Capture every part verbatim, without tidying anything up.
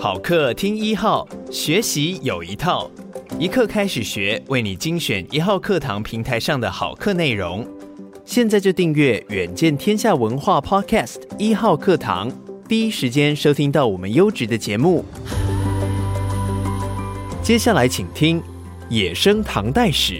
好课听一号，学习有一套，一课开始学，为你精选一号课堂平台上的好课内容。现在就订阅远见天下文化 Podcast 一号课堂，第一时间收听到我们优质的节目。接下来请听《野生唐代史》。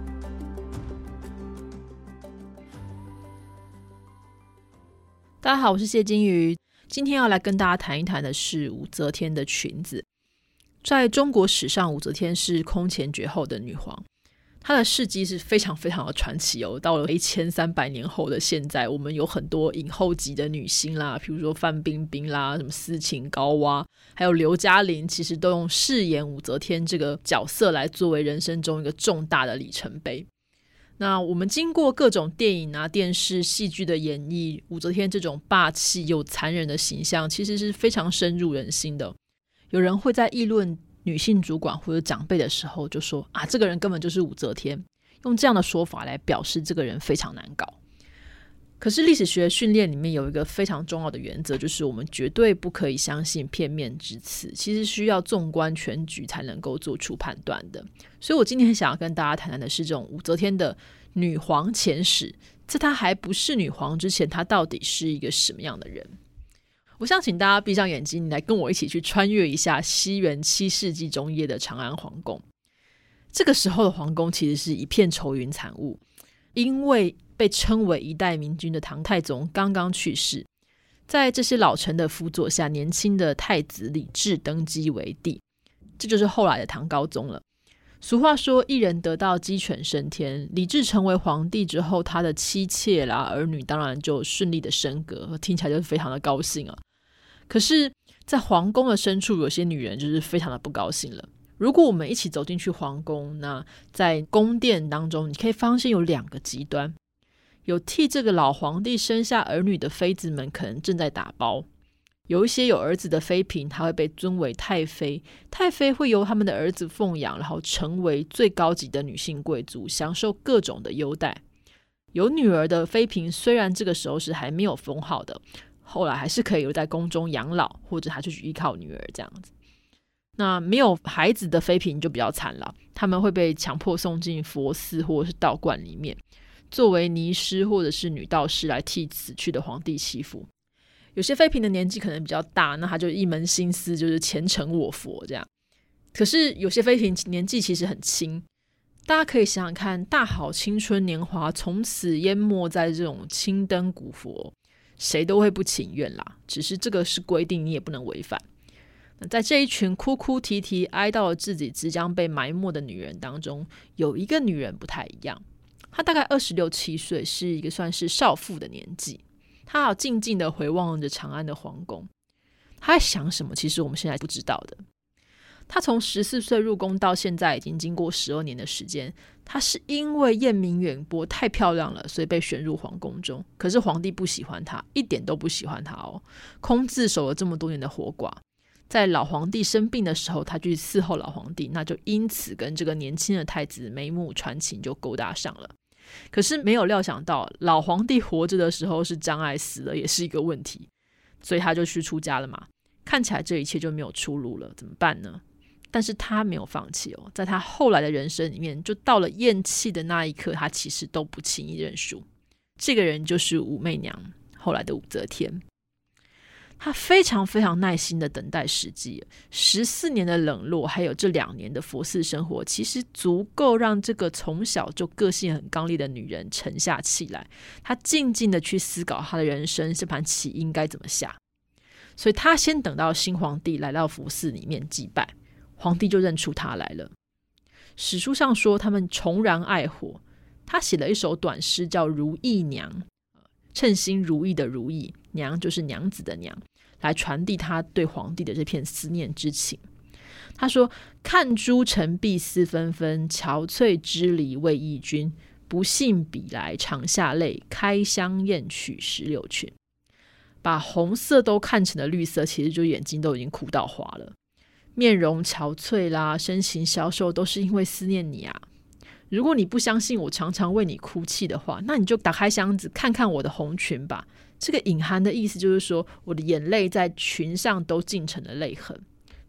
大家好，我是谢金鱼。今天要来跟大家谈一谈的是武则天的裙子。在中国史上，武则天是空前绝后的女皇，她的事迹是非常非常的传奇哦。到了一千三百年后的现在，我们有很多影后级的女星啦，比如说范冰冰啦，什么斯琴高娃，还有刘嘉玲，其实都用饰演武则天这个角色来作为人生中一个重大的里程碑。那我们经过各种电影啊、电视、戏剧的演绎，武则天这种霸气又残忍的形象其实是非常深入人心的。有人会在议论女性主管或者长辈的时候就说啊，这个人根本就是武则天，用这样的说法来表示这个人非常难搞。可是历史学训练里面有一个非常重要的原则，就是我们绝对不可以相信片面之词，其实需要纵观全局才能够做出判断的。所以我今天想要跟大家谈谈的是这种武则天的女皇前史，在她还不是女皇之前，她到底是一个什么样的人。我想请大家闭上眼睛，来跟我一起去穿越一下西元七世纪中叶的长安皇宫。这个时候的皇宫其实是一片愁云惨雾，因为被称为一代明君的唐太宗刚刚去世，在这些老臣的辅佐下，年轻的太子李治登基为帝，这就是后来的唐高宗了。俗话说一人得道鸡犬升天，李治成为皇帝之后，他的妻妾啦儿女当然就顺利的升格，听起来就非常的高兴啊。可是在皇宫的深处，有些女人就是非常的不高兴了。如果我们一起走进去皇宫，那在宫殿当中，你可以发现有两个极端，有替这个老皇帝生下儿女的妃子们可能正在打包，有一些有儿子的妃嫔，她会被尊为太妃，太妃会由他们的儿子奉养，然后成为最高级的女性贵族，享受各种的优待。有女儿的妃嫔，虽然这个时候是还没有封号的，后来还是可以留在宫中养老，或者她就去依靠女儿这样子。那没有孩子的妃嫔就比较惨了，他们会被强迫送进佛寺或者是道观里面，作为尼师或者是女道士来替死去的皇帝祈福。有些妃嫔的年纪可能比较大，那她就一门心思就是虔诚我佛这样。可是有些妃嫔年纪其实很轻，大家可以想想看，大好青春年华从此淹没在这种青灯古佛，谁都会不情愿啦。只是这个是规定，你也不能违反。那在这一群哭哭啼啼哀悼了自己即将被埋没的女人当中，有一个女人不太一样。她大概二十六七岁，是一个算是少妇的年纪。她好静静的回望着长安的皇宫，她在想什么，其实我们现在不知道的。她从十四岁入宫到现在已经经过十二年的时间，她是因为艳名远播太漂亮了，所以被选入皇宫中。可是皇帝不喜欢她，一点都不喜欢她哦。空自守了这么多年的活寡，在老皇帝生病的时候，他去伺候老皇帝，那就因此跟这个年轻的太子眉目传情，就勾搭上了。可是没有料想到，老皇帝活着的时候是障碍，死了也是一个问题，所以他就去出家了嘛。看起来这一切就没有出路了，怎么办呢？但是他没有放弃哦，在他后来的人生里面，就到了咽气的那一刻，他其实都不轻易认输。这个人就是武媚娘，后来的武则天。他非常非常耐心的等待时机，十四年的冷落，还有这两年的佛寺生活，其实足够让这个从小就个性很刚烈的女人沉下气来。她静静的去思考她的人生这盘棋应该怎么下。所以她先等到新皇帝来到佛寺里面祭拜，皇帝就认出她来了。史书上说他们重燃爱火，她写了一首短诗叫《如意娘》，称心如意的如意，娘就是娘子的娘，来传递他对皇帝的这片思念之情。他说：看朱尘碧丝纷纷，憔悴支离为忆君。不信比来长下泪，开箱验取石榴裙。把红色都看成了绿色，其实就眼睛都已经哭到花了。面容憔悴啦，身形消瘦，都是因为思念你啊。如果你不相信我常常为你哭泣的话，那你就打开箱子看看我的红裙吧。这个隐含的意思就是说，我的眼泪在裙上都浸成了泪痕。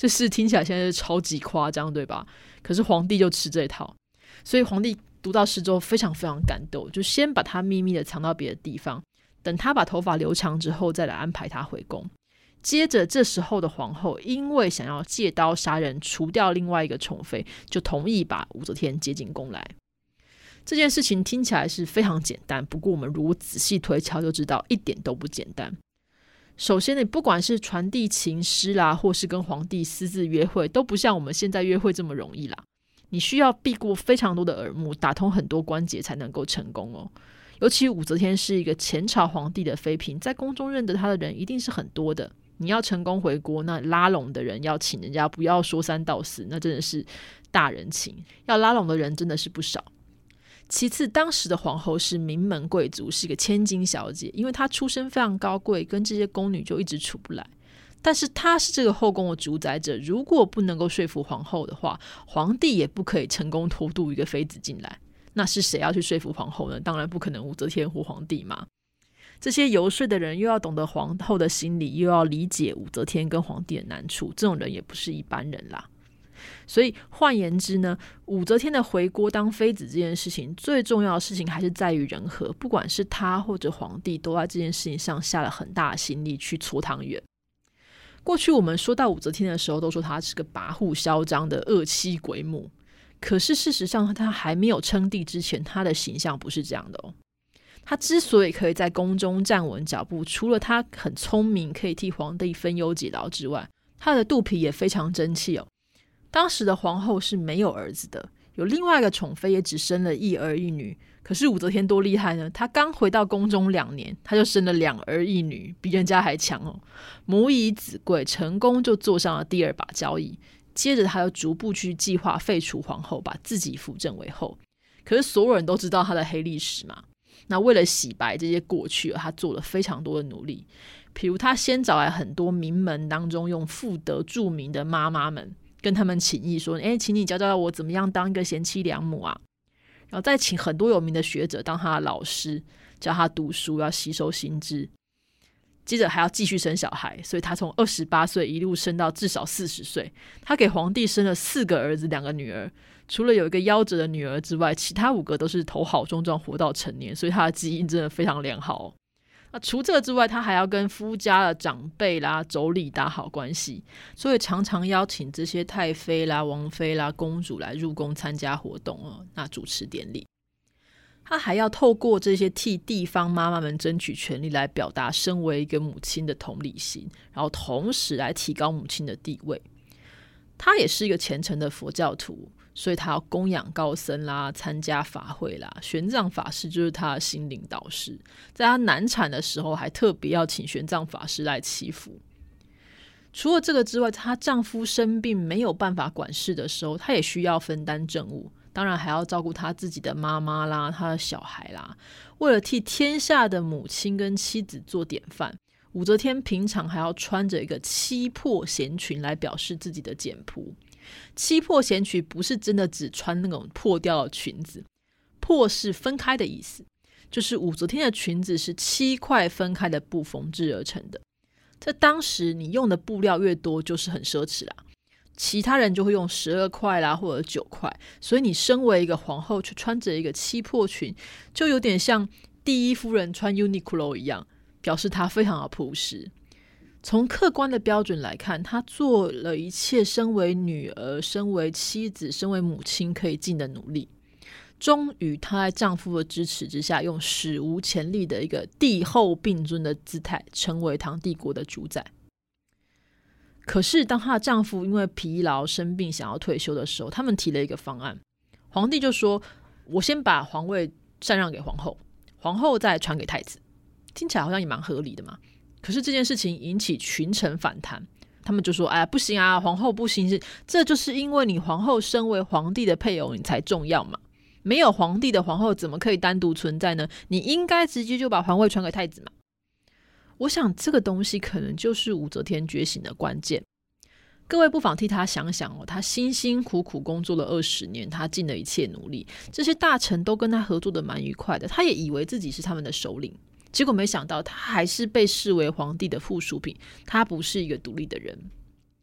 这事听起来现在是超级夸张，对吧？可是皇帝就吃这套，所以皇帝读到诗之后非常非常感动，就先把他秘密的藏到别的地方，等他把头发留长之后再来安排他回宫。接着这时候的皇后因为想要借刀杀人除掉另外一个宠妃，就同意把武则天接进宫来。这件事情听起来是非常简单，不过我们如果仔细推敲就知道一点都不简单。首先你不管是传递情诗啦，或是跟皇帝私自约会，都不像我们现在约会这么容易啦。你需要避过非常多的耳目，打通很多关节才能够成功哦。尤其武则天是一个前朝皇帝的妃嫔，在宫中认得她的人一定是很多的。你要成功回国，那拉拢的人要请人家不要说三道四，那真的是大人情，要拉拢的人真的是不少。其次，当时的皇后是名门贵族，是个千金小姐，因为她出身非常高贵，跟这些宫女就一直处不来。但是她是这个后宫的主宰者，如果不能够说服皇后的话，皇帝也不可以成功拖渡一个妃子进来。那是谁要去说服皇后呢？当然不可能武则天或皇帝嘛。这些游说的人又要懂得皇后的心理，又要理解武则天跟皇帝的难处，这种人也不是一般人啦。所以换言之呢，武则天的回国当妃子这件事情，最重要的事情还是在于人和，不管是她或者皇帝都在这件事情上下了很大的心力去搓汤圆。过去我们说到武则天的时候都说她是个跋扈嚣张的恶妻鬼母，可是事实上她还没有称帝之前，她的形象不是这样的哦。她之所以可以在宫中站稳脚步，除了她很聪明可以替皇帝分忧解劳之外，她的肚皮也非常争气哦。当时的皇后是没有儿子的，有另外一个宠妃也只生了一儿一女。可是武则天多厉害呢？她刚回到宫中两年，她就生了两儿一女，比人家还强哦。母以子贵，成功就坐上了第二把交椅。接着她又逐步去计划废除皇后，把自己扶正为后。可是所有人都知道她的黑历史嘛，那为了洗白这些过去，她做了非常多的努力。比如她先找来很多名门当中用妇德著名的妈妈们，跟他们请益说，哎，请你教教我怎么样当一个贤妻良母啊。然后再请很多有名的学者当他的老师，教他读书，要吸收新知。接着还要继续生小孩，所以他从二十八岁一路生到至少四十岁。他给皇帝生了四个儿子，两个女儿。除了有一个夭折的女儿之外，其他五个都是头好壮壮活到成年，所以他的基因真的非常良好哦。那除这个之外，他还要跟夫家的长辈啦、妯娌打好关系，所以常常邀请这些太妃啦、王妃啦、公主来入宫参加活动哦，那主持典礼。他还要透过这些替地方妈妈们争取权利，来表达身为一个母亲的同理心，然后同时来提高母亲的地位。他也是一个虔诚的佛教徒，所以他要供养高僧啦，参加法会啦。玄奘法师就是他的心灵导师，在他难产的时候还特别要请玄奘法师来祈福。除了这个之外，她丈夫生病没有办法管事的时候，她也需要分担政务，当然还要照顾她自己的妈妈啦，她的小孩啦。为了替天下的母亲跟妻子做典范，武则天平常还要穿着一个七破闲裙来表示自己的简朴。七破闲裙不是真的只穿那种破掉的裙子，破是分开的意思，就是武则天的裙子是七块分开的布缝制而成的。在当时你用的布料越多就是很奢侈啦，其他人就会用十二块啦或者九块，所以你身为一个皇后却穿着一个七破裙，就有点像第一夫人穿 Uniqlo 一样，表示她非常的朴实。从客观的标准来看，她做了一切身为女儿、身为妻子、身为母亲可以尽的努力。终于她在丈夫的支持之下，用史无前例的一个帝后并尊的姿态成为唐帝国的主宰。可是当她的丈夫因为疲劳生病想要退休的时候，他们提了一个方案，皇帝就说，我先把皇位禅让给皇后，皇后再传给太子。听起来好像也蛮合理的嘛。可是这件事情引起群臣反弹，他们就说，哎，不行啊，皇后不行，这就是因为你皇后身为皇帝的配偶你才重要嘛，没有皇帝的皇后怎么可以单独存在呢？你应该直接就把皇位传给太子嘛。我想这个东西可能就是武则天觉醒的关键。各位不妨替他想想哦，他辛辛苦苦工作了二十年，他尽了一切努力，这些大臣都跟他合作的蛮愉快的，他也以为自己是他们的首领，结果没想到他还是被视为皇帝的附属品，他不是一个独立的人。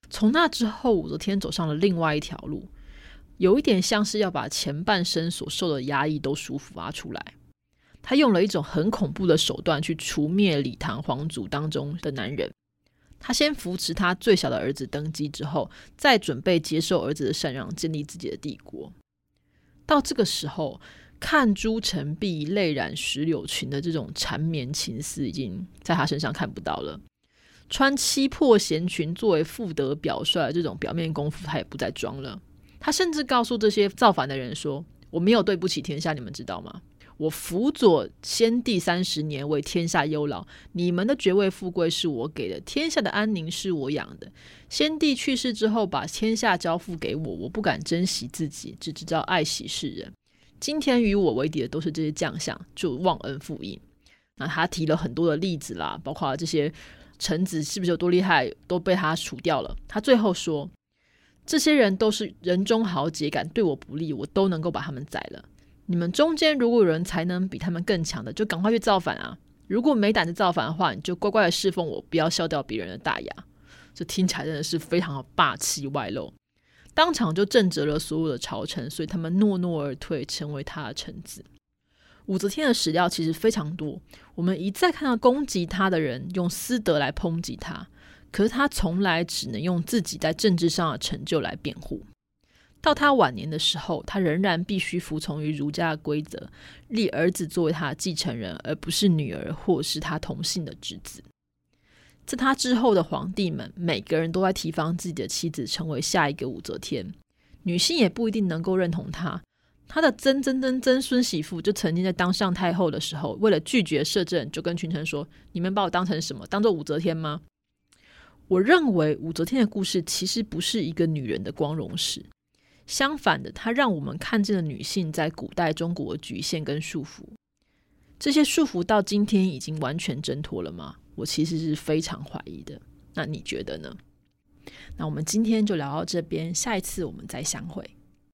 从那之后，武则天走上了另外一条路，有一点像是要把前半生所受的压抑都抒发出来。他用了一种很恐怖的手段去除灭李唐皇族当中的男人。他先扶持他最小的儿子登基之后，再准备接受儿子的禅让，建立自己的帝国。到这个时候，看朱成碧泪染石榴裙的这种缠绵情思已经在他身上看不到了，穿七破闲裙作为妇德表率的这种表面功夫他也不再装了。他甚至告诉这些造反的人说，我没有对不起天下，你们知道吗？我辅佐先帝三十年，为天下忧劳，你们的爵位富贵是我给的，天下的安宁是我养的。先帝去世之后，把天下交付给我，我不敢珍惜自己，只知道爱惜世人。今天与我为敌的都是这些将相，就忘恩负义。那他提了很多的例子啦，包括这些臣子是不是有多厉害，都被他除掉了。他最后说，这些人都是人中豪杰，敢对我不利，我都能够把他们宰了。你们中间如果有人才能比他们更强的，就赶快去造反啊！如果没胆子造反的话，你就乖乖的侍奉我，不要笑掉别人的大牙。这听起来真的是非常的霸气外露，当场就震慑了所有的朝臣，所以他们诺诺而退，成为他的臣子。武则天的史料其实非常多，我们一再看到攻击他的人用私德来抨击他，可是他从来只能用自己在政治上的成就来辩护。到他晚年的时候，他仍然必须服从于儒家的规则，立儿子作为他的继承人，而不是女儿或是他同姓的侄子。在他之后的皇帝们，每个人都在提防自己的妻子成为下一个武则天，女性也不一定能够认同他。他的曾曾曾曾孙媳妇就曾经在当上太后的时候，为了拒绝摄政，就跟群臣说，你们把我当成什么？当做武则天吗？我认为武则天的故事其实不是一个女人的光荣史，相反的，它让我们看见了女性在古代中国的局限跟束缚。这些束缚到今天已经完全挣脱了吗？我其实是非常怀疑的。那你觉得呢？那我们今天就聊到这边，下一次我们再相会。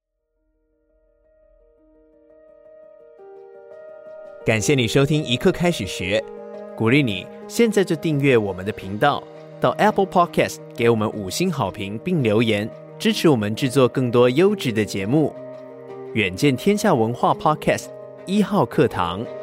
感谢你收听一课开始学，鼓励你现在就订阅我们的频道，到 Apple Podcast 给我们五星好评并留言，支持我们制作更多优质的节目。远见天下文化 Podcast 一号课堂。